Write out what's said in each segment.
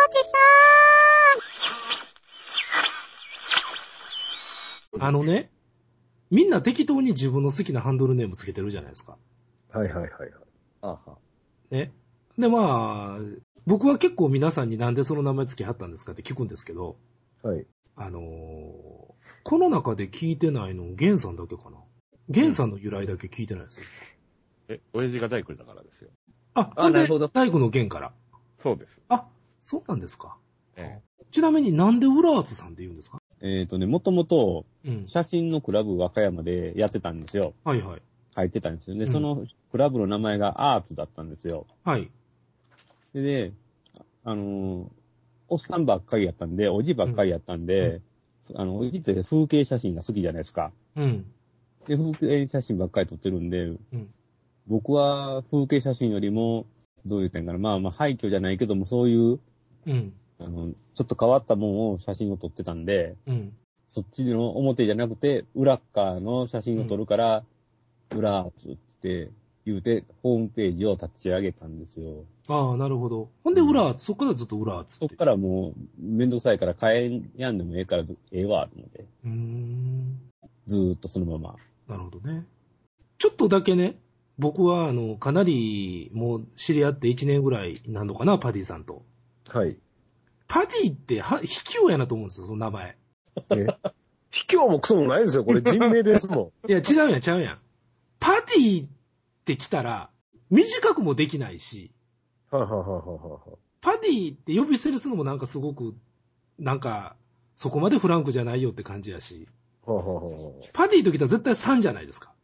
ね、みんな適当に自分の好きなハンドルネームつけてるじゃないですか。 はいはいはいはい。 あは。 ね。で、まあ、僕は結構皆さんになんでその名前つけはったんですかって聞くんですけど、 はい。 この中で聞いてないの、ゲンさんだけかな。ゲンさんの由来だけ聞いてないですよ。 親父が大工だからですよ。 あ、 なるほど。 大工のゲンから。 そうです。 あ、そうなんですか。 ええ、 ちなみになんで浦厚さんって言うんですか？ もともと、 うん。 写真のクラブ和歌山でやってたんですよ。 はいはい。 入ってたんですよね。 うんそのクラブの名前がアーツだったんですよ。 はい。 で、おっさんばっかりやったんで、おじばっかりやったんで、おじって風景写真が好きじゃないですか。 うん。 で、風景写真ばっかり撮ってるんで、 うん。 僕は風景写真よりも、どういう点かな、まあ廃墟じゃないけども、そういう、 うん。 ちょっと変わったもんを写真を撮ってたんで、 うん。 そっちの表じゃなくて、裏っ側の写真を撮るから、裏アーツって言うて、ホームページを立ち上げたんですよ。 ああ、なるほど。ほんで浦厚、そっからずっと浦厚って。 そっからもう、めんどくさいから変えやんでもええから、ええわ、と思って。ずーっとそのまま。 なるほどね。ちょっとだけね、僕はかなりもう知り合って1年ぐらいなのかな、パディさんと。 はい。 パディって卑怯やなと思うんですよ、その名前。 卑怯もクソもないですよ。これ人名ですもいや、違うやん。パディって来たら、短くもできないし、 ん。ははははは。 パディって呼び捨てにするのもなんかすごく、なんか、そこまでフランクじゃないよって感じやし、 はははは。 パディと来たら絶対3じゃないですか。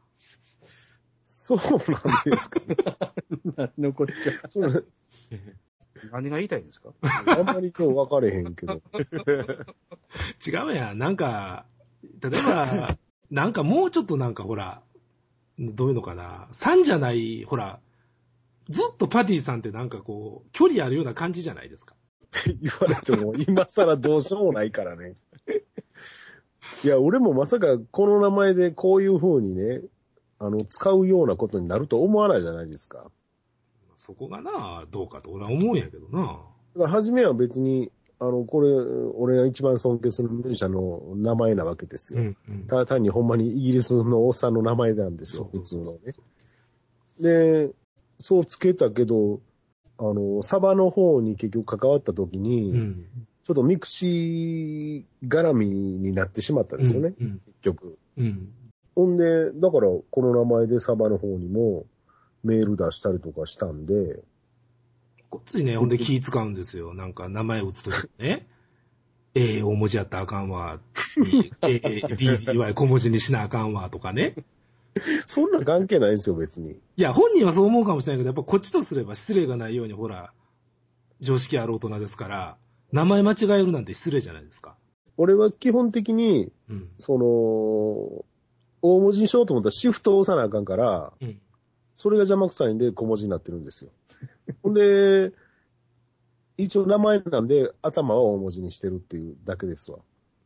そうなんですかね。 何のこっちゃ。 何が言いたいんですか？ あんまり今日分かれへんけど。 違うやん。なんか、例えば、なんかもうちょっとなんかほら、どういうのかな。3じゃない、ほら、ずっとパディさんってなんかこう、距離あるような感じじゃないですか。 言われても、今更どうしようもないからね。いや、俺もまさかこの名前でこういう風にね、使うようなことになると思わないじゃないですか。 そこがな、どうかと俺は思うんやけどな。 だから初めは別に、これ、俺が一番尊敬するミュージシャンの名前なわけですよ。ただ単にほんまにイギリスのおっさんの名前なんですよ、普通のね。で、そうつけたけど、サバの方に結局関わった時に、ちょっとミクシー絡みになってしまったんですよね、結局。ほんで、だからこの名前でサバの方にもメール出したりとかしたんで、 こっちね、ほんで気使うんですよ。なんか名前打つときね。大文字やったらあかんわ。DDY 小文字にしなあかんわとかね。 そんな関係ないですよ、別に。 いや、本人はそう思うかもしれないけど、やっぱこっちとすれば失礼がないように、ほら、常識ある大人ですから、名前間違えるなんて失礼じゃないですか。 俺は基本的に、大文字にしようと思ったらシフトを押さなあかんから、それが邪魔くさいんで小文字になってるんですよ。ほんで、一応名前なんで頭は大文字にしてるっていうだけですわ。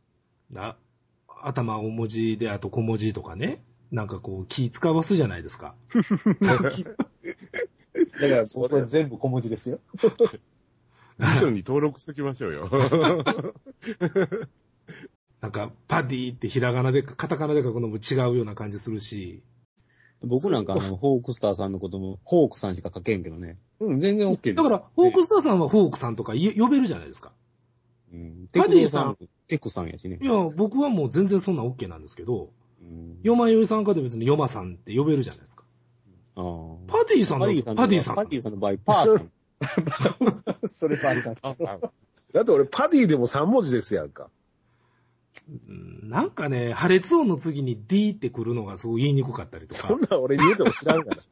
頭大文字であと小文字とかね。なんかこう気使わすじゃないですか。 だから僕は全部小文字ですよ。 辞書に登録しときましょうよ。 なんかパディってひらがなでカタカナで書くのも違うような感じするし。 僕なんかホークスターさんのことも、ホークさんしか書けんけどね。全然 OK です。 だから、ホークスターさんはホークさんとか呼べるじゃないですか。 パディさん、テクさんやしね。 いや、僕はもう全然そんな OK なんですけど、ヨマヨイさんかで別にヨマさんって呼べるじゃないですか。パディさんの、パディさんの場合、パーさん。それパディさん。 だって俺パディでも3文字ですやんか。 なんかね、破裂音の次に D って来るのがすごい言いにくかったりとか。 そんな俺言うても知らんから。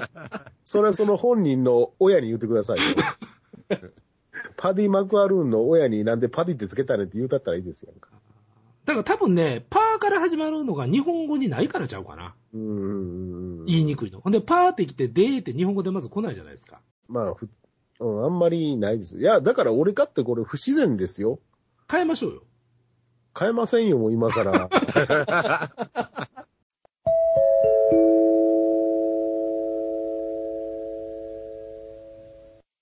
それはその本人の親に言ってくださいよ。パディ・マクアルーンの親になんでパディってつけたねって言うたったらいいですやんか。 だから多分ね、パーから始まるのが日本語にないからちゃうかな。言いにくいの。ほんで、パーって来て、でーって日本語でまず来ないじゃないですか。 まあ、あんまりないです。いや、だから俺かってこれ不自然ですよ。 変えましょうよ。 変えませんよ、もう今更。